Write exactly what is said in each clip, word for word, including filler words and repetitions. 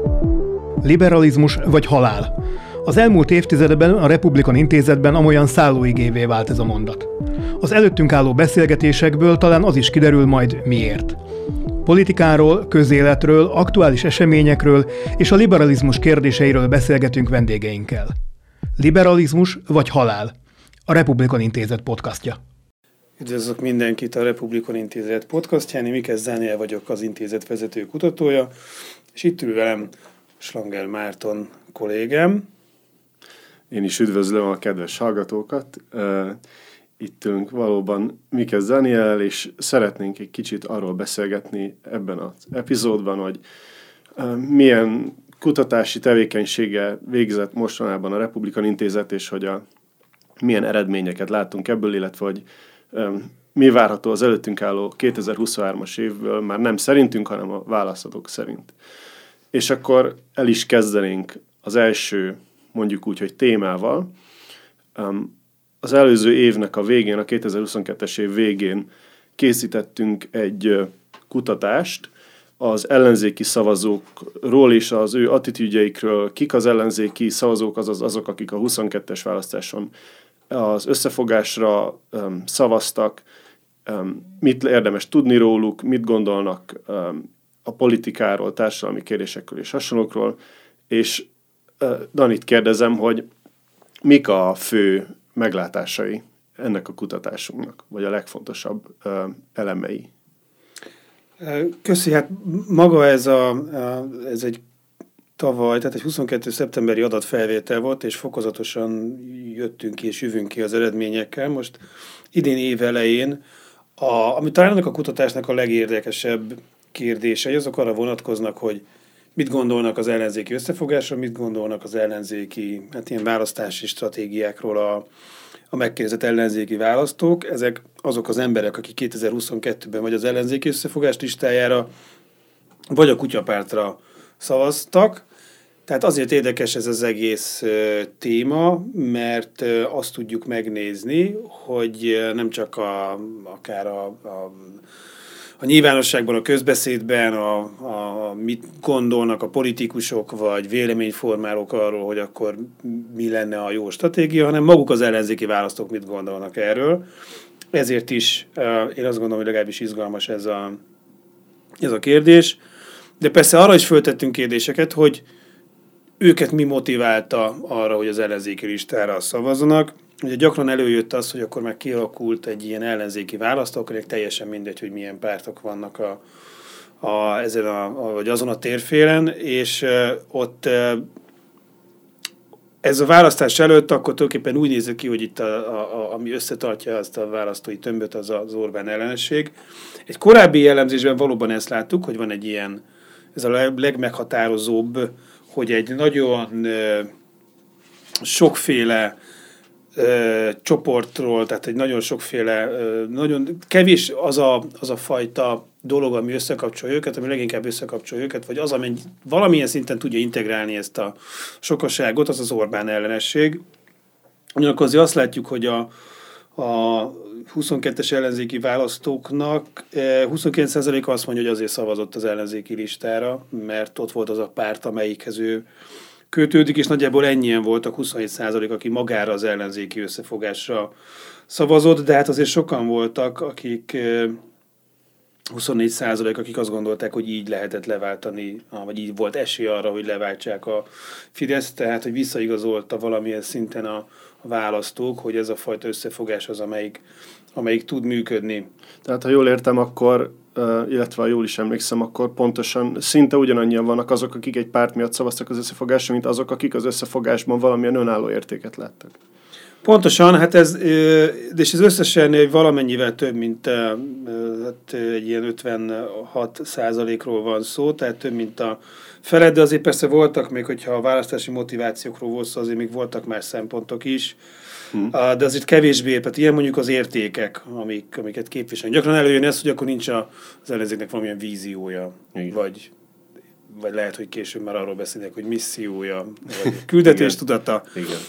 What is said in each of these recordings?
Liberalizmus vagy halál. Az elmúlt évtizedben a Republikon Intézetben amolyan szállóigévé vált ez a mondat. Az előttünk álló beszélgetésekből talán az is kiderül majd miért. Politikáról, közéletről, aktuális eseményekről és a liberalizmus kérdéseiről beszélgetünk vendégeinkkel. Liberalizmus vagy halál? A Republikon Intézet podcastja. Üdvözlök mindenkit a Republikon Intézet podcastján, én Mikesz Dániel vagyok, az intézet vezető kutatója, és itt ül velem Slanger Márton kollégám. Én is üdvözlöm a kedves hallgatókat. Itt ülünk valóban Mikesz Dániel, és szeretnénk egy kicsit arról beszélgetni ebben az epizódban, hogy milyen kutatási tevékenységgel végzett mostanában a Republikon Intézet, és hogy a, milyen eredményeket látunk ebből, illetve hogy mi várható az előttünk álló kétezer-huszonhármas évből, már nem szerintünk, hanem a válaszadók szerint. És akkor el is kezdenénk az első, mondjuk úgy, hogy témával. Az előző évnek a végén, a kétezer-huszonkettes év végén készítettünk egy kutatást az ellenzéki szavazókról és az ő attitűdjeikről, kik az ellenzéki szavazók, azaz azok, akik a huszonkettes választáson az összefogásra um, szavaztak, um, mit érdemes tudni róluk, mit gondolnak um, a politikáról, társadalmi kérdésekről és hasonlókról, és uh, Danit kérdezem, hogy mik a fő meglátásai ennek a kutatásunknak, vagy a legfontosabb uh, elemei? Köszi, hát maga ez, a, ez egy tavaly, tehát egy huszonkettő szeptemberi adatfelvétel volt, és fokozatosan jöttünk ki és jövünk ki az eredményekkel. Most idén év elején, a, ami talán ennek a kutatásnak a legérdekesebb kérdései, azok arra vonatkoznak, hogy mit gondolnak az ellenzéki összefogásról, mit gondolnak az ellenzéki, hát ilyen választási stratégiákról a, a megkérdezett ellenzéki választók. Ezek azok az emberek, akik kétezer-huszonkettőben vagy az ellenzéki összefogás listájára, vagy a Kutyapártra szavaztak. Tehát azért érdekes ez az egész uh, téma, mert uh, azt tudjuk megnézni, hogy uh, nem csak a, akár a, a, a nyilvánosságban, a közbeszédben, a, a, mit gondolnak a politikusok, vagy véleményformálók arról, hogy akkor mi lenne a jó stratégia, hanem maguk az ellenzéki választók mit gondolnak erről. Ezért is uh, én azt gondolom, hogy legalábbis izgalmas ez a, ez a kérdés. De persze arra is föltettünk kérdéseket, hogy őket mi motiválta arra, hogy az ellenzéki listára szavazzanak. Ugye gyakran előjött az, hogy akkor már kialakult egy ilyen ellenzéki választó, akinek teljesen mindegy, hogy milyen pártok vannak a, a, ezen a, a, vagy azon a térfélen, és uh, ott uh, ez a választás előtt akkor tulajdonképpen úgy nézett ki, hogy itt a, a, a, ami összetartja azt a választói tömböt, az az Orbán ellenesség. Egy korábbi jellemzésben valóban ezt láttuk, hogy van egy ilyen, ez a legmeghatározóbb, hogy egy nagyon ö, sokféle ö, csoportról, tehát egy nagyon sokféle, ö, nagyon kevés az a, az a fajta dolog, ami összekapcsolja őket, ami leginkább összekapcsolja őket, vagy az, ami valamilyen szinten tudja integrálni ezt a sokaságot, az az Orbán ellenesség. Ugyanakkor azért azt látjuk, hogy a, a huszonkettes ellenzéki választóknak huszonkilenc százaléka azt mondja, hogy azért szavazott az ellenzéki listára, mert ott volt az a párt, amelyikhez ő kötődik, és nagyjából ennyien voltak, huszonhét százalék, aki magára az ellenzéki összefogásra szavazott, de hát azért sokan voltak, akik huszonnégy százalék, akik azt gondolták, hogy így lehetett leváltani, vagy így volt esély arra, hogy leváltsák a Fideszt, tehát hogy visszaigazolta valamilyen szinten a, a választók, hogy ez a fajta összefogás az, amelyik, amelyik tud működni. Tehát ha jól értem, akkor, illetve ha jól is emlékszem, akkor pontosan szinte ugyanannyian vannak azok, akik egy párt miatt szavaztak az összefogásra, mint azok, akik az összefogásban valamilyen önálló értéket láttak. Pontosan, hát ez, és ez összesen valamennyivel több, mint hát egy ilyen ötvenhat százalékról van szó, tehát több, mint a feled, de azért persze voltak még, hogyha a választási motivációkról volt szó, azért még voltak más szempontok is, hmm. de azért kevésbé, tehát ilyen mondjuk az értékek, amik, amiket képviselnek. Gyakran előjön ez, hogy akkor nincs az ellenzéknek valamilyen víziója, igen. vagy vagy lehet, hogy később már arról beszélnek, hogy missziója, vagy küldetéstudata,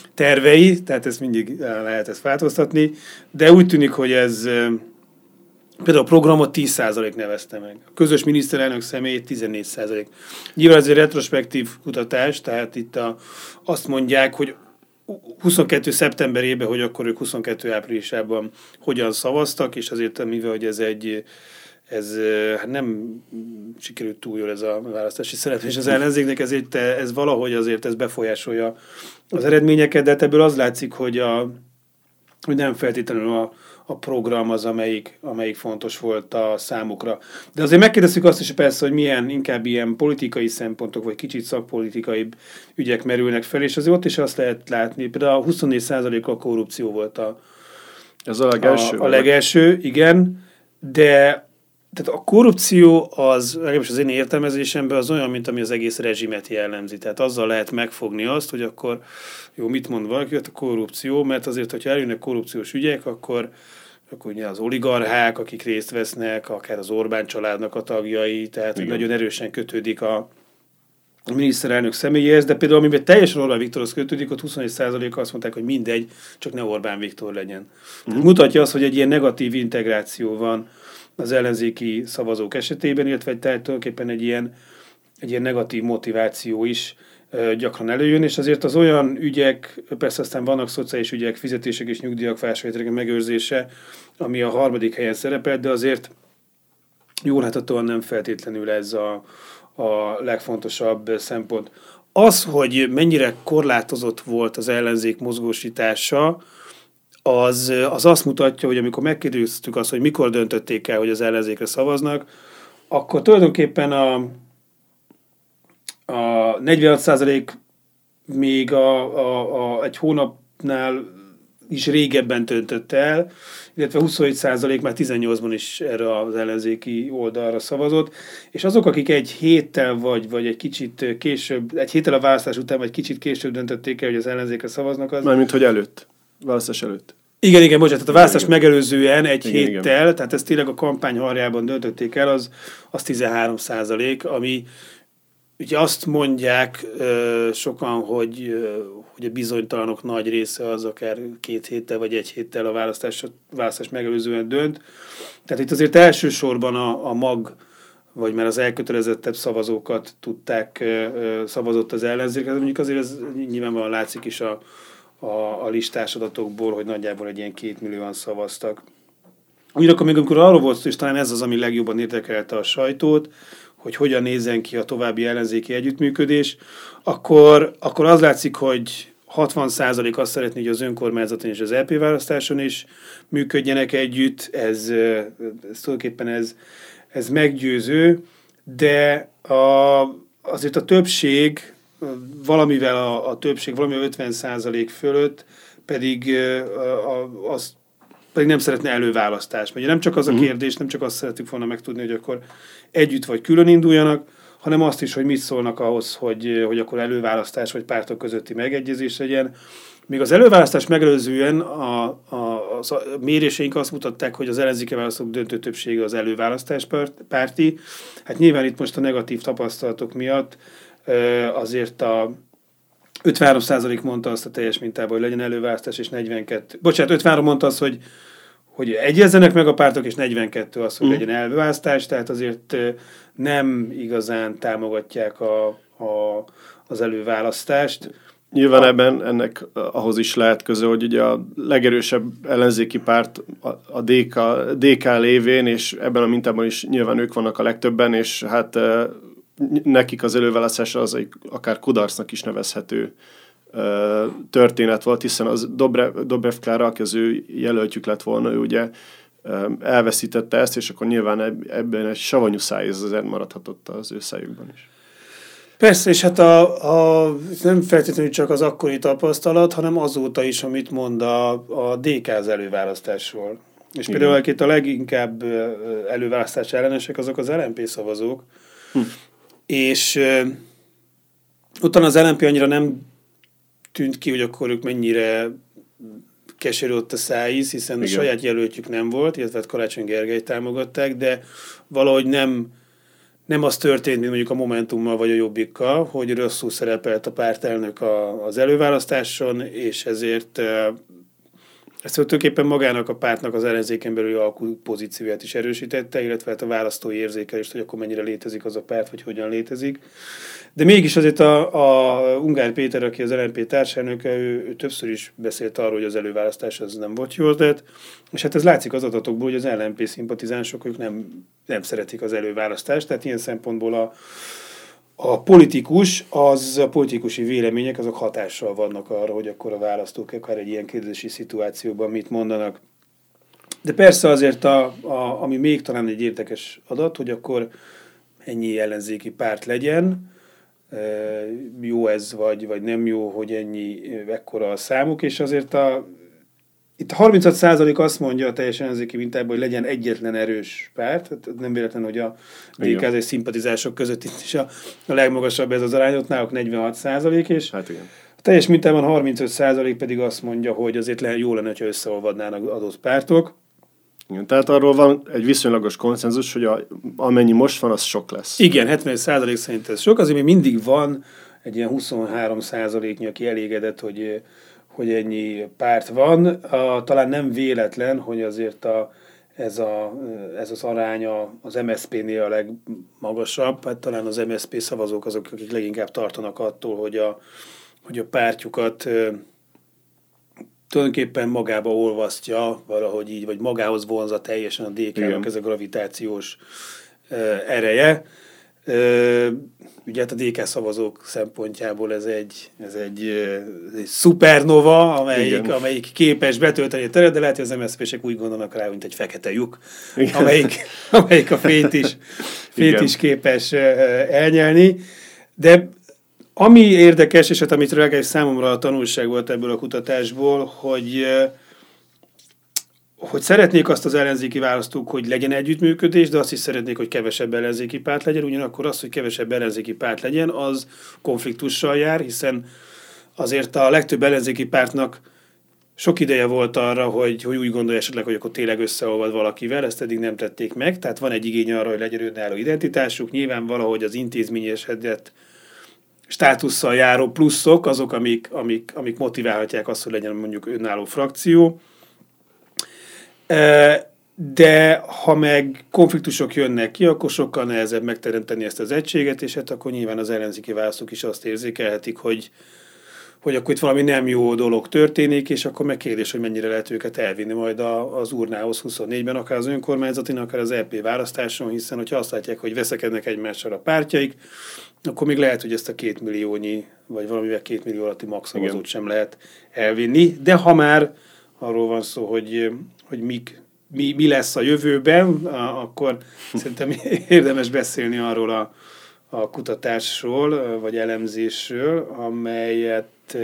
tervei, tehát ezt mindig lehet ezt változtatni, de úgy tűnik, hogy ez, Például a programot tíz százalék nevezte meg. A közös miniszterelnök személyét tizennégy százalék. Nyilván ez egy retrospektív kutatás, tehát itt a, azt mondják, hogy huszonkettő szeptemberében, hogy akkor ők huszonkettő áprilisában hogyan szavaztak, és azért, mivel hogy ez egy ez hát nem sikerült túl jól ez a választási szereplés az ellenzéknek, ezért ez valahogy azért ez befolyásolja az eredményeket, de ebből az látszik, hogy, a, hogy nem feltétlenül a, a program az, amelyik, amelyik fontos volt a számukra. De azért megkérdeztük azt is persze, hogy milyen inkább ilyen politikai szempontok, vagy kicsit szakpolitikai ügyek merülnek fel, és azért ott is azt lehet látni, például a huszonnégy százalék a korrupció volt a, ez a legelső. A, a legelső, igen, de tehát a korrupció az, legalábbis az én értelmezésemben az olyan, mint ami az egész rezsimet jellemzi. Tehát azzal lehet megfogni azt, hogy akkor, jó, mit mond valaki, hogy a korrupció, mert azért, hogyha eljönnek korrupciós ügyek, akkor, akkor ugye az oligarchák, akik részt vesznek, akár az Orbán családnak a tagjai, tehát igen, nagyon erősen kötődik a a miniszterelnök személyéhez, de például amiben teljesen Orbán Viktorhoz kötődik, ott huszonegy százalék azt mondták, hogy mindegy, csak ne Orbán Viktor legyen. Uh-huh. Mutatja azt, hogy egy ilyen negatív integráció van az ellenzéki szavazók esetében, illetve tulajdonképpen egy ilyen, egy ilyen negatív motiváció is ö, gyakran előjön, és azért az olyan ügyek, persze aztán vannak szociális ügyek, fizetések és nyugdíjak felsővételének megőrzése, ami a harmadik helyen szerepel, de azért jól láthatóan nem feltétlenül ez a a legfontosabb szempont. Az, hogy mennyire korlátozott volt az ellenzék mozgósítása, az, az azt mutatja, hogy amikor megkérdeztük azt, hogy mikor döntötték el, hogy az ellenzékre szavaznak, akkor tulajdonképpen a, a negyvenhat százalék még a, a, a, egy hónapnál is régebben döntött el, illetve huszonöt százalék már tizennyolcban is erre az ellenzéki oldalra szavazott, és azok, akik egy héttel vagy, vagy egy kicsit később, egy héttel a választás után, vagy kicsit később döntötték el, hogy az ellenzékre szavaznak, az... Mármint, hogy előtt. Választás előtt. Igen, igen, bocsánat, tehát a választás igen, megelőzően egy igen, héttel, igen. tehát ezt tényleg a kampány harjában döntötték el, az, az tizenhárom százalék, ami ugye azt mondják uh, sokan, hogy, uh, hogy a bizonytalanok nagy része az akár két héttel vagy egy héttel a választás, választás megelőzően dönt. Tehát itt azért elsősorban a, a mag, vagy már az elkötelezettebb szavazókat tudták, uh, szavazott az ellenzék. De mondjuk azért ez nyilvánvalóan látszik is a, a, a listás adatokból, hogy nagyjából egy ilyen két millióan szavaztak. Ugyanakkor még amikor arról volt, és talán ez az, ami legjobban érdekelte a sajtót, hogy hogyan nézzen ki a további ellenzéki együttműködés, akkor, akkor az látszik, hogy hatvan százalék azt szeretné, hogy az önkormányzaton és az é pé választáson is működjenek együtt, ez, ez tulajdonképpen ez, ez meggyőző, de a, azért a többség, valamivel a, a többség, valamivel ötven százalék fölött pedig a, az pedig nem szeretne előválasztást. Ugye nem csak az a kérdés, nem csak azt szeretük volna megtudni, hogy akkor együtt vagy külön induljanak, hanem azt is, hogy mit szólnak ahhoz, hogy, hogy akkor előválasztás vagy pártok közötti megegyezés legyen. Még az előválasztás megelőzően a, a, a méréseink azt mutatták, hogy az ellenzéki választók döntő többsége az előválasztás párti. Hát nyilván itt most a negatív tapasztalatok miatt azért a ötvenhárom százalék mondta azt a teljes mintában, hogy legyen előválasztás, és negyvenkettő. Bocsánat, ötvenhárom mondta azt, hogy, hogy egyezzenek meg a pártok, és negyvenkettő az, hogy mm. legyen előválasztás, tehát azért nem igazán támogatják a, a, az előválasztást. Nyilván ebben ennek ahhoz is lehet köze, hogy ugye a legerősebb ellenzéki párt a dé ká, dé ká lévén, és ebben a mintában is nyilván ők vannak a legtöbben, és hát nekik az előválasztás az egy akár kudarcnak is nevezhető történet volt, hiszen az Dobrev, Dobrev Klára, aki az ő jelöltjük lett volna, ő ugye elveszítette ezt, és akkor nyilván ebben egy savanyú szájéz azért maradhatott az ő szájukban is. Persze, és hát a, a, nem feltétlenül csak az akkori tapasztalat, hanem azóta is, amit mond a, a dé ká az előválasztásról. És igen, például akik a leginkább előválasztás ellenesek, azok az el em pé szavazók, hm. és uh, utána az el em pé annyira nem tűnt ki, hogy akkor ők mennyire keserű ott a szájíz, hiszen igen, a saját jelöltjük nem volt, illetve Karácsony Gergelyt támogatták, de valahogy nem, nem az történt, mint mondjuk a Momentummal vagy a Jobbikkal, hogy rosszul szerepelt a pártelnök a, az előválasztáson, és ezért uh, Ezt tulajdonképpen magának a pártnak az ellenzéken belüli alkupozícióját is erősítette, illetve hát a választói érzékelést, hogy akkor mennyire létezik az a párt, vagy hogyan létezik. De mégis azért a, a Ungár Péter, aki az el en pé társelnöke, ő, ő többször is beszélt arról, hogy az előválasztás az nem volt jól tett, és hát ez látszik az adatokból, hogy az el en pé szimpatizánsok ők nem, nem szeretik az előválasztást, tehát ilyen szempontból a A politikus, az a politikusi vélemények, azok hatással vannak arra, hogy akkor a választók akár egy ilyen kérdési szituációban mit mondanak. De persze azért, a, a, ami még talán egy érdekes adat, hogy akkor ennyi ellenzéki párt legyen, e, jó ez vagy, vagy nem jó, hogy ennyi, ekkora a számuk, és azért a itt a harminchat százalék azt mondja a teljes ellenzéki mintában, hogy legyen egyetlen erős párt. Hát nem véletlen, hogy a dé ká és szimpatizások között itt is a, a legmagasabb ez az arány, ott náluk negyvenhat százalék, és hát igen. A teljes mintában harmincöt százalék pedig azt mondja, hogy azért le, jó lenne, ha összeolvadnának adott pártok. Igen, tehát arról van egy viszonylagos konszenzus, hogy a, amennyi most van, az sok lesz. Igen, hetven százalék szerint ez sok, azért még mindig van egy ilyen huszonhárom százaléknyi, aki elégedett, hogy hogy ennyi párt van. A, talán nem véletlen, hogy azért a, ez, a, ez az aránya az em es zé pé-nél a legmagasabb. Hát talán az em es zé pé szavazók azok, akik leginkább tartanak attól, hogy a, hogy a pártjukat e, tulajdonképpen magába olvasztja, valahogy így, vagy magához vonza teljesen a dé ká-nak ez a gravitációs e, ereje. E, Ugye hát a dé ká szavazók szempontjából ez egy, ez egy, egy szupernova, amelyik, amelyik képes betölteni a teret, de lehet, hogy az em es zé pések úgy gondolnak rá, mint egy fekete lyuk, amelyik, amelyik a fényt is, fényt is képes elnyelni. De ami érdekes, és hát amit legalábbis számomra a tanulság volt ebből a kutatásból, hogy hogy szeretnék azt az ellenzéki választók, hogy legyen együttműködés, de azt is szeretnék, hogy kevesebb ellenzéki párt legyen. Ugyanakkor az, hogy kevesebb ellenzéki párt legyen, az konfliktussal jár, hiszen azért a legtöbb ellenzéki pártnak sok ideje volt arra, hogy, hogy úgy gondolja esetleg, hogy akkor tényleg összeolvad valakivel, ezt eddig nem tették meg. Tehát van egy igény arra, hogy legyen önálló identitásuk. Nyilván valahogy az intézményesedett státusszal járó pluszok, azok, amik, amik, amik motiválhatják azt, hogy legyen mondjuk önálló frakció. De ha meg konfliktusok jönnek ki, akkor sokkal nehezebb megteremteni ezt az egységet, és hát akkor nyilván az ellenzéki választók is azt érzékelhetik, hogy, hogy akkor itt valami nem jó dolog történik, és akkor meg kérdés, hogy mennyire lehet őket elvinni majd a, az urnához huszonnégyben, akár az önkormányzatin, akár az é pé választáson, hiszen hogyha azt látják, hogy veszekednek egymással a pártjaik, akkor még lehet, hogy ezt a két milliónyi, vagy valamivel két millió alatti maxszavazót sem lehet elvinni, de ha már arról van szó, hogy, hogy mik, mi, mi lesz a jövőben, akkor szerintem érdemes beszélni arról a, a kutatásról, vagy elemzésről, amelyet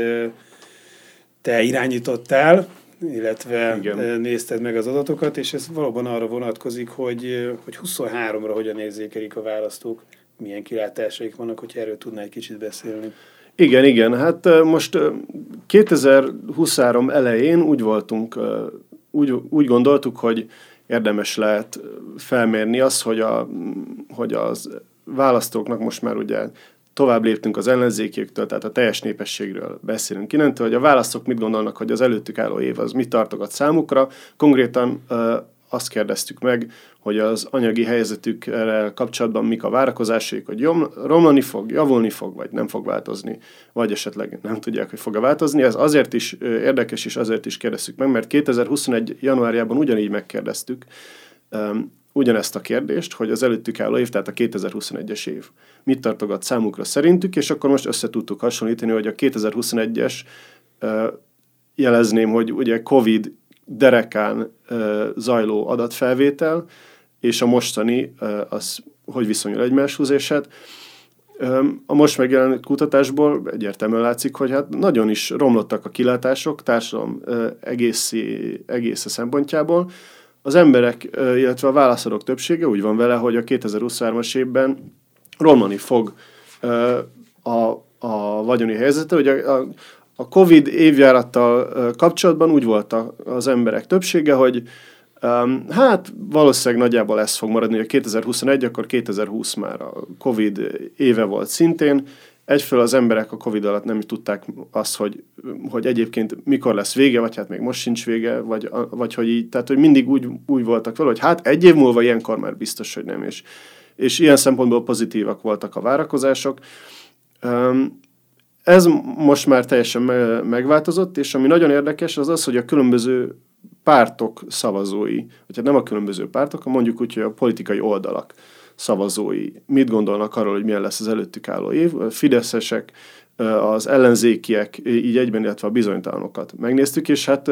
te irányítottál, illetve igen, nézted meg az adatokat, és ez valóban arra vonatkozik, hogy, hogy huszonháromra hogyan érzékelik a választók, milyen kilátásaik vannak, hogyha erről tudnál egy kicsit beszélni. Igen, igen. Hát most kétezer-huszonhárom elején úgy voltunk, úgy, úgy gondoltuk, hogy érdemes lehet felmérni azt, hogy, a, hogy az választóknak most már ugye tovább léptünk az ellenzékiektől, tehát a teljes népességről beszélünk innentől, hogy a választók mit gondolnak, hogy az előttük álló év az mit tartogat számukra. Konkrétan azt kérdeztük meg, hogy az anyagi helyzetükkel kapcsolatban mik a várakozásaik, hogy romlani fog, javulni fog, vagy nem fog változni, vagy esetleg nem tudják, hogy fog-e változni. Ez azért is érdekes, és azért is kérdeztük meg, mert kétezer-huszonegy januárjában ugyanígy megkérdeztük um, ugyanezt a kérdést, hogy az előttük álló év, tehát a kétezer-huszonegyes év mit tartogat számukra szerintük, és akkor most össze tudtuk hasonlítani, hogy a kétezer-huszonegyes uh, jelezném, hogy ugye Covid derekán uh, zajló adatfelvétel, és a mostani, uh, az hogy viszonyul egymáshoz, és hát um, a most megjelenő kutatásból egyértelműen látszik, hogy hát nagyon is romlottak a kilátások társadalom uh, egész, egész szempontjából. Az emberek, uh, illetve a válaszadók többsége úgy van vele, hogy a kétezer-huszonhármas évben romlani fog uh, a, a vagyoni helyzete, hogy a, a A Covid évjárattal kapcsolatban úgy volt az emberek többsége, hogy um, hát valószínűleg nagyjából ez fog maradni, hogy kétezer-huszonegy, akkor kétezer-húsz már a Covid éve volt szintén, egyfelől az emberek a Covid alatt nem tudták azt, hogy, hogy egyébként mikor lesz vége, vagy hát még most sincs vége, vagy, vagy hogy így, tehát hogy mindig úgy, úgy voltak vele, hogy hát egy év múlva ilyenkor már biztos, hogy nem, és, és ilyen szempontból pozitívak voltak a várakozások. Ez most már teljesen megváltozott, és ami nagyon érdekes, az az, hogy a különböző pártok szavazói, vagy hát nem a különböző pártok, hanem mondjuk úgy, hogy a politikai oldalak szavazói mit gondolnak arról, hogy milyen lesz az előttük álló év. A fideszesek, az ellenzékiek, így egyben, illetve a bizonytalanokat megnéztük, és hát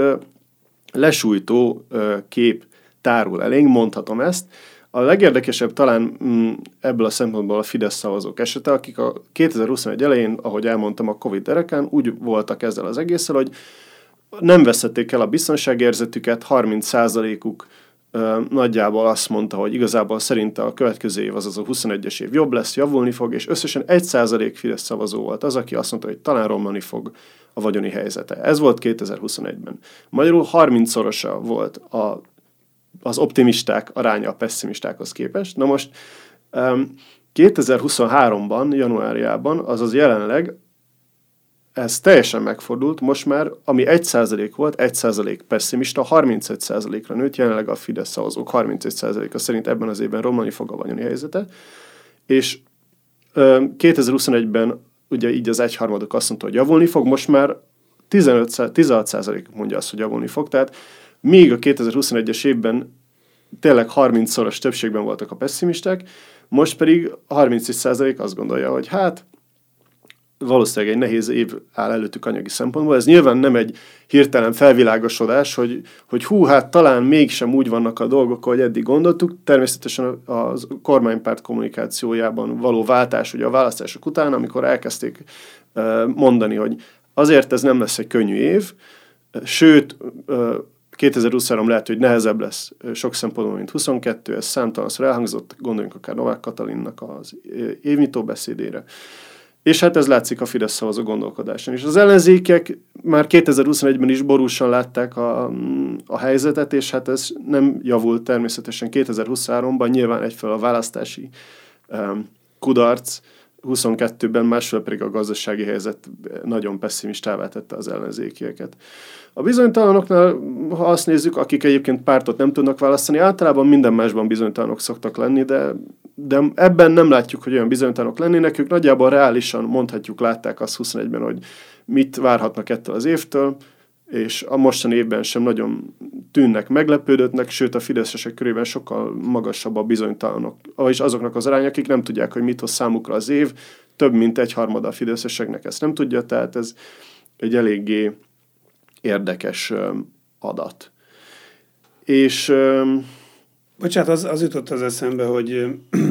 lesújtó kép tárul elénk, mondhatom ezt. A legérdekesebb talán ebből a szempontból a Fidesz szavazók esete, akik a kétezer-huszonegy elején, ahogy elmondtam, a Covid derekán úgy voltak ezzel az egésszel, hogy nem veszették el a biztonságérzetüket, harminc százalékuk nagyjából azt mondta, hogy igazából szerinte a következő év, azaz a huszonegyes év jobb lesz, javulni fog, és összesen egy százalék Fidesz szavazó volt az, aki azt mondta, hogy talán romlani fog a vagyoni helyzete. Ez volt kétezer-huszonegyben. Magyarul harmincszorosa volt a, az optimisták aránya a pesszimistákhoz képest. Na most kétezer-huszonháromban, januárjában, azaz jelenleg ez teljesen megfordult, most már, ami egy százalék volt, egy százalék pesszimista, harmincegy százalékra nőtt, jelenleg a Fidesz szavazók harmincegy százaléka szerint ebben az évben romlani fog a vagyoni helyzete, és kétezer-huszonegyben ugye így az egyharmadok azt mondta, hogy javulni fog, most már tizenhat százalék mondja azt, hogy javulni fog, tehát még a kétezer-huszonegyes évben tényleg harmincszoros többségben voltak a pesszimisták, most pedig harmincegy százalék azt gondolja, hogy hát valószínűleg egy nehéz év áll előttük anyagi szempontból. Ez nyilván nem egy hirtelen felvilágosodás, hogy, hogy hú, hát talán mégsem úgy vannak a dolgok, ahogy eddig gondoltuk. Természetesen a kormánypárt kommunikációjában való váltás ugye a választások után, amikor elkezdték mondani, hogy azért ez nem lesz egy könnyű év, sőt, kétezer-huszonhárom lehet, hogy nehezebb lesz sok szempontból, mint huszonkettő, ez számtalanszor elhangzott, gondoljunk akár Novák Katalinnak az évnyitó beszédére. És hát ez látszik a Fidesz szavazó gondolkodáson. És az ellenzékek már kétezer-huszonegyben is borúsan látták a, a helyzetet, és hát ez nem javult természetesen kétezer-huszonháromban, nyilván egyfelől a választási um, kudarc, huszonkettőben, másfél pedig a gazdasági helyzet nagyon pessimistává tette az ellenzékieket. A bizonytalanoknál, ha azt nézzük, akik egyébként pártot nem tudnak választani, általában minden másban bizonytalanok szoktak lenni, de, de ebben nem látjuk, hogy olyan bizonytalanok lennének. Ők nagyjából reálisan mondhatjuk, látták azt huszonegyben, hogy mit várhatnak ettől az évtől, és a mostani évben sem nagyon tűnnek meglepődöttnek, sőt a fideszesek körében sokkal magasabb a bizonytalanok, és azoknak az arány, akik nem tudják, hogy mit hoz számukra az év, több mint egyharmada a fideszeseknek ezt nem tudja, tehát ez egy eléggé érdekes adat. És... Bocsánat, az, az jutott az eszembe, hogy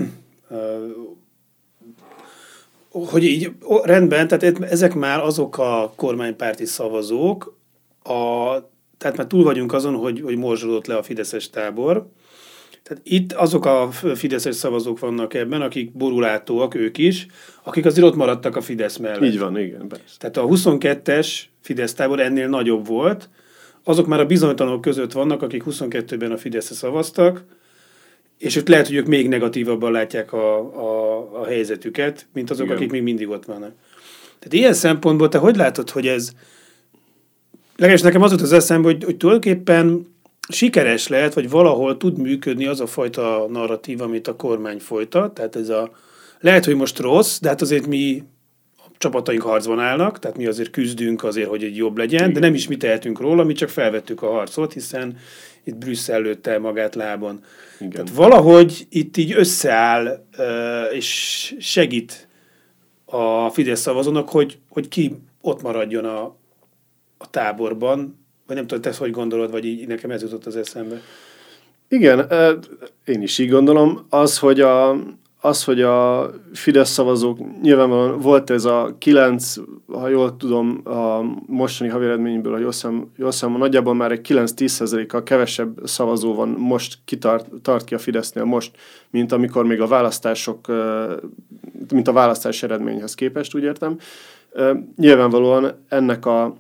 hogy így rendben, tehát ezek már azok a kormánypárti szavazók, a, tehát már túl vagyunk azon, hogy, hogy morzsolódott le a fideszes tábor. Tehát itt azok a fideszes szavazók vannak ebben, akik borulátóak ők is, akik azért ott maradtak a Fidesz mellett. Így van, igen, persze. Tehát a huszonkettes Fidesz tábor ennél nagyobb volt, azok már a bizonytalanok között vannak, akik huszonkettőben a Fideszre szavaztak, és ők lehet, hogy ők még negatívabban látják a, a, a helyzetüket, mint azok, igen, akik még mindig ott vannak. Tehát ilyen szempontból te hogy látod, hogy ez, legalábbis nekem az volt az eszembe, hogy, hogy tulajdonképpen sikeres lehet, vagy valahol tud működni az a fajta narratív, amit a kormány folytat, tehát ez a, lehet, hogy most rossz, de hát azért mi a csapataink harcban állnak, tehát mi azért küzdünk azért, hogy egy jobb legyen, igen, de nem is mi tehetünk róla, mi csak felvettük a harcot, hiszen itt Brüsszel lőtte magát lábon. Igen. Tehát valahogy itt így összeáll, és segít a Fidesz szavazónak, hogy, hogy ki ott maradjon a, a táborban, vagy nem tudom, te hogy gondolod, vagy így nekem ez jutott az eszembe. Igen, én is így gondolom. Az, hogy a, az, hogy a Fidesz szavazók, nyilvánvalóan volt ez a kilenc, ha jól tudom, a mostani havi eredményből, ha jól számolom, jól számol, nagyjából már egy kilenc-tíz százalékkal kevesebb szavazó van most kitart tart ki a Fidesznél most, mint amikor még a választások, mint a választás eredményhez képest, úgy értem. Nyilvánvalóan ennek a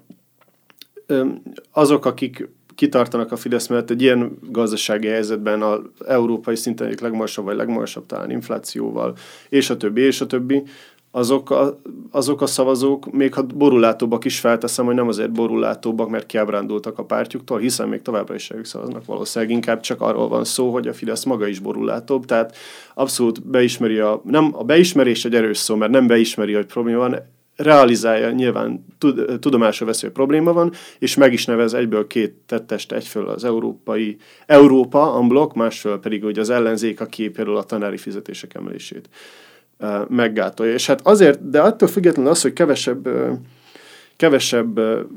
azok, akik kitartanak a Fidesz mellett egy ilyen gazdasági helyzetben az európai szinten egyik legmagasabb vagy legmagasabb talán inflációval, és a többi, és a többi, azok a, azok a szavazók, még ha borulátóbbak is felteszem, hogy nem azért borulátóbbak, mert kiábrándultak a pártjuktól, hiszen még továbbra is ők szavaznak, valószínűleg inkább csak arról van szó, hogy a Fidesz maga is borulátóbb, tehát abszolút beismeri a, nem a beismerés egy erős szó, mert nem beismeri, hogy probléma van, realizálja, nyilván tud, tudomásra veszi, hogy probléma van, és meg is nevez egyből két tettest, egyföl az európai Európa, unblock, másföl pedig ugye az ellenzék, aki például a tanári fizetések emelését meggátolja. És hát azért, de attól függetlenül az, hogy kevesebb, kevesebb,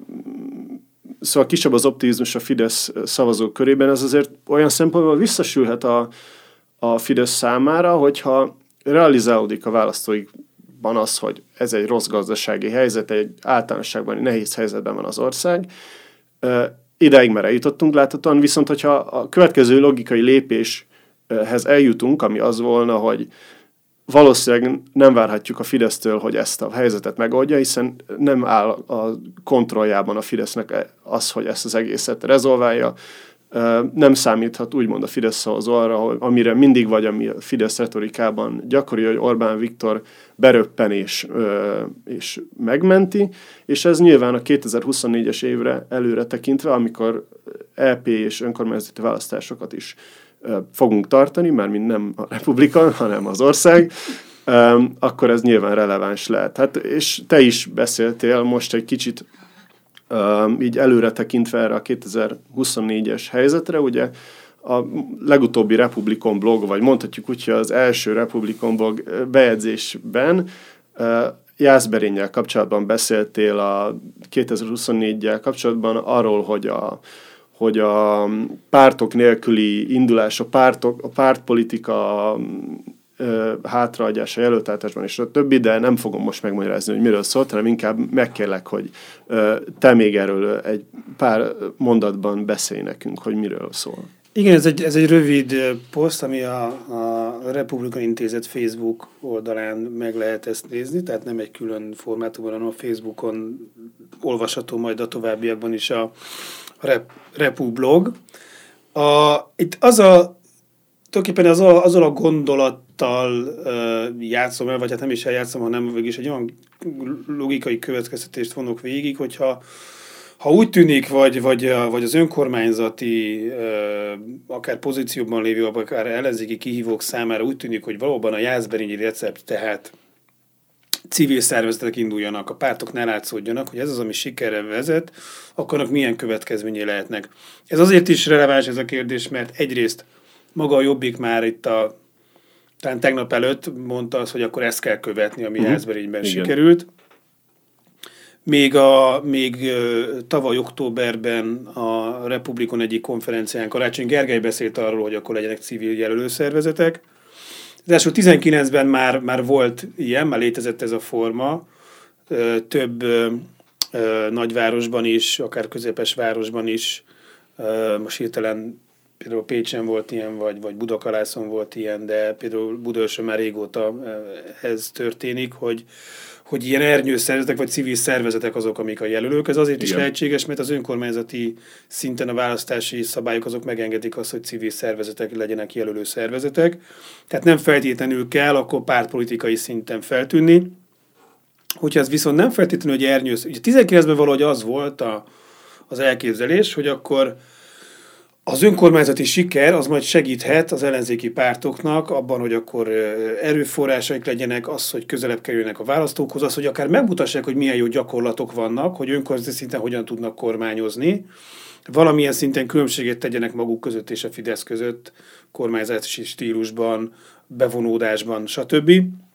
szóval kisebb az optimizmus a Fidesz szavazók körében, ez azért olyan szempontból visszasülhet a, a Fidesz számára, hogyha realizálódik a választóikban az, hogy ez egy rossz gazdasági helyzet, egy általánosságban nehéz helyzetben van az ország. Ideig már eljutottunk láthatóan, viszont hogyha a következő logikai lépéshez eljutunk, ami az volna, hogy valószínűleg nem várhatjuk a Fidesztől, hogy ezt a helyzetet megoldja, hiszen nem áll a kontrolljában a Fidesznek az, hogy ezt az egészet rezolválja. Nem számíthat úgymond a Fidesz szavazó arra, amire mindig vagy, ami a Fidesz retorikában gyakori, hogy Orbán Viktor beröppen és, és megmenti, és ez nyilván a kétezer-huszonnégyes évre előre tekintve, amikor é pé és önkormányzati választásokat is fogunk tartani, már mint nem a Republika, hanem az ország, um, akkor ez nyilván releváns lehet. Hát, és te is beszéltél most egy kicsit um, így előre tekintve erre a kétezer-huszonnégyes helyzetre, ugye a legutóbbi Republikon blog, vagy mondhatjuk úgy, hogy az első Republikon blog bejegyzésben uh, Jászberényel kapcsolatban beszéltél a kétezer-huszonnégyel kapcsolatban arról, hogy a hogy a pártok nélküli indulás, a, pártok, a pártpolitika ö, hátraadjása jelöltáltásban és a többi, de nem fogom most megmagyarázni, hogy miről szólt, hanem inkább megkérlek, hogy ö, te még erről egy pár mondatban beszélj nekünk, hogy miről szól. Igen, ez egy, ez egy rövid poszt, ami a, a Republika Intézet Facebook oldalán meg lehet ezt nézni, tehát nem egy külön formátumban, hanem a Facebookon olvasható majd a továbbiakban is a Rep, Repu blog. A, itt az a, tulajdonképpen az a, azzal a gondolattal uh, játszom el, vagy hát nem is eljátszom, hanem végig egy olyan logikai következtetést vonok végig, hogyha ha úgy tűnik, vagy, vagy, vagy az önkormányzati, uh, akár pozícióban lévő, akár ellenzéki kihívók számára úgy tűnik, hogy valóban a jászberényi recept, tehát civil szervezetek induljanak, a pártok ne látszódjanak, hogy ez az, ami sikerre vezet, akkor annak milyen következményei lehetnek. Ez azért is releváns ez a kérdés, mert egyrészt maga a Jobbik már itt a, talán tegnap előtt mondta azt, hogy akkor ezt kell követni, ami uh-huh. Jászberényben sikerült. Még, a, még tavaly októberben a Republikon egyik konferencián Karácsony Gergely beszélt arról, hogy akkor legyenek civil jelölőszervezetek. Az első tizenkilencben már, már volt ilyen, már létezett ez a forma, több nagyvárosban is, akár közepes városban is, most hirtelen például Pécsen volt ilyen, vagy, vagy Budakalászon volt ilyen, de például Budaörsön már régóta ez történik, hogy, hogy ilyen ernyőszervezetek vagy civil szervezetek azok, amik a jelölők. Ez azért Igen. is lehetséges, mert az önkormányzati szinten a választási szabályok azok megengedik azt, hogy civil szervezetek legyenek jelölő szervezetek. Tehát nem feltétlenül kell akkor pártpolitikai szinten feltűnni. Hogyha ez viszont nem feltétlenül, hogy ernyősz... Ugye tizenkilencben valahogy az volt a, az elképzelés, hogy akkor az önkormányzati siker az majd segíthet az ellenzéki pártoknak abban, hogy akkor erőforrásaik legyenek, az, hogy közelebb kerülnek a választókhoz, az, hogy akár megmutassák, hogy milyen jó gyakorlatok vannak, hogy önkormányzati szinten hogyan tudnak kormányozni, valamilyen szinten különbséget tegyenek maguk között és a Fidesz között, kormányzási stílusban, bevonódásban, stb.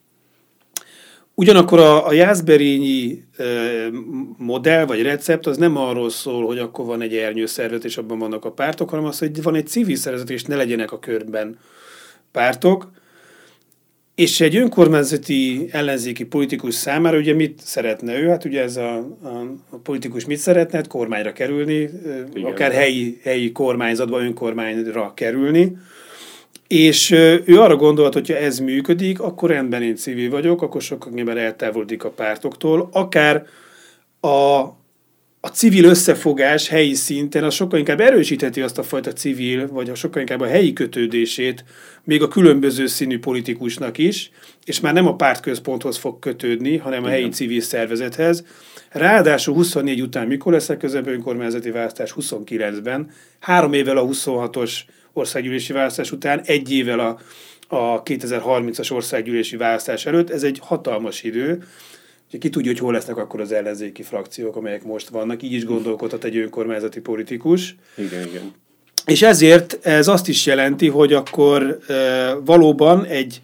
Ugyanakkor a, a jászberényi e, modell vagy recept az nem arról szól, hogy akkor van egy ernyőszervezet és abban vannak a pártok, hanem az, hogy van egy civil szervezet és ne legyenek a körben pártok. És egy önkormányzati ellenzéki politikus számára ugye mit szeretne ő? Hát ugye ez a, a, a politikus mit szeretne? Hát kormányra kerülni, Igen. akár helyi, helyi kormányzatba, önkormányra kerülni. És ő arra gondolt, hogy ha ez működik, akkor rendben én civil vagyok, akkor sokkal nyilván eltávolodik a pártoktól. Akár a a civil összefogás helyi szinten az sokkal inkább erősítheti azt a fajta civil, vagy sokkal inkább a helyi kötődését még a különböző színű politikusnak is, és már nem a pártközponthoz fog kötődni, hanem a helyi civil szervezethez. Ráadásul huszonnégy után mikor lesz a közép önkormányzati választás? huszonkilencben. Három évvel a huszonhatos országgyűlési választás után, egy évvel a, a kétezer-harmincas országgyűlési választás előtt. Ez egy hatalmas idő. Ki tudja, hogy hol lesznek akkor az ellenzéki frakciók, amelyek most vannak. Így is gondolkodhat egy önkormányzati politikus. Igen, igen. És ezért ez azt is jelenti, hogy akkor e, valóban egy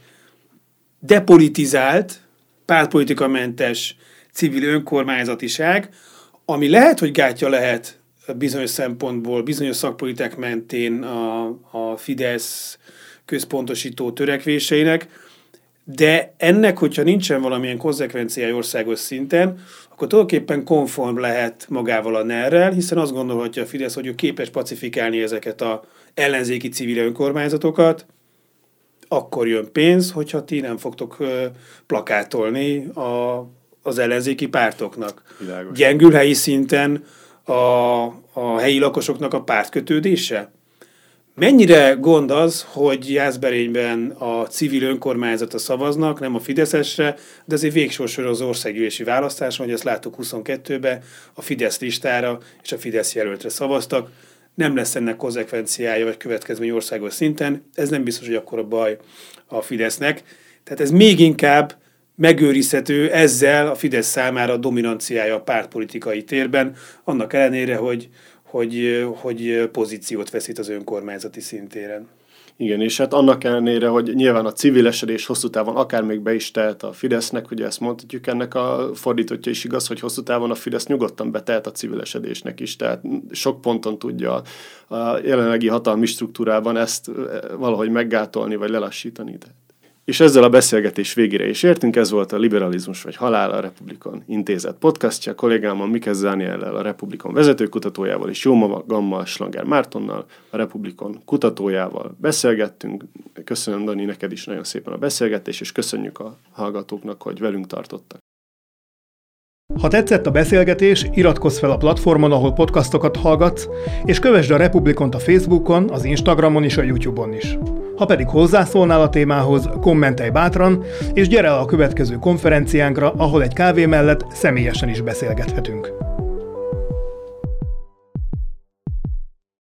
depolitizált, pártpolitikamentes civil önkormányzatiság, ami lehet, hogy gátja lehet bizonyos szempontból, bizonyos szakpolitikák mentén a, a Fidesz központosító törekvéseinek, de ennek, hogyha nincsen valamilyen konzekvenciája országos szinten, akkor tulajdonképpen konform lehet magával a nerrel, hiszen azt gondolhatja a Fidesz, hogy ő képes pacifikálni ezeket az ellenzéki civil önkormányzatokat, akkor jön pénz, hogyha ti nem fogtok plakátolni a, az ellenzéki pártoknak. Világos. Gyengül helyi szinten a, a helyi lakosoknak a pártkötődése? Mennyire gond az, hogy Jászberényben a civil önkormányzata szavaznak, nem a Fideszesre, de azért végsősorban az országgyűlési választáson, hogy ezt láttuk huszonkettőben, a Fidesz listára és a Fidesz jelöltre szavaztak. Nem lesz ennek konzekvenciája vagy következmény országos szinten, ez nem biztos, hogy akkora baj a Fidesznek. Tehát ez még inkább megőrizhető ezzel a Fidesz számára a dominanciája a pártpolitikai térben, annak ellenére, hogy Hogy, hogy pozíciót veszít az önkormányzati szintéren. Igen, és hát annak ellenére, hogy nyilván a civilesedés hosszú távon akár még be is tehet a Fidesznek, ugye ezt mondhatjuk, ennek a fordítottja is igaz, hogy hosszú távon a Fidesz nyugodtan betehet a civilesedésnek is, tehát sok ponton tudja a jelenlegi hatalmi struktúrában ezt valahogy meggátolni, vagy lelassítani. És ezzel a beszélgetés végére is értünk, ez volt a Liberalizmus vagy Halál, a Republikon Intézet podcastja, kollégámmal, Mikesz Dániellel, a Republikon vezetőkutatójával, és jó magammal, Slanger Mártonnal, a Republikon kutatójával beszélgettünk. Köszönöm, Dani, neked is nagyon szépen a beszélgetés, és köszönjük a hallgatóknak, hogy velünk tartottak. Ha tetszett a beszélgetés, iratkozz fel a platformon, ahol podcastokat hallgatsz, és kövesd a Republikont a Facebookon, az Instagramon és a YouTube-on is. Ha pedig hozzászólnál a témához, kommentelj bátran, és gyere el a következő konferenciánkra, ahol egy kávé mellett személyesen is beszélgethetünk.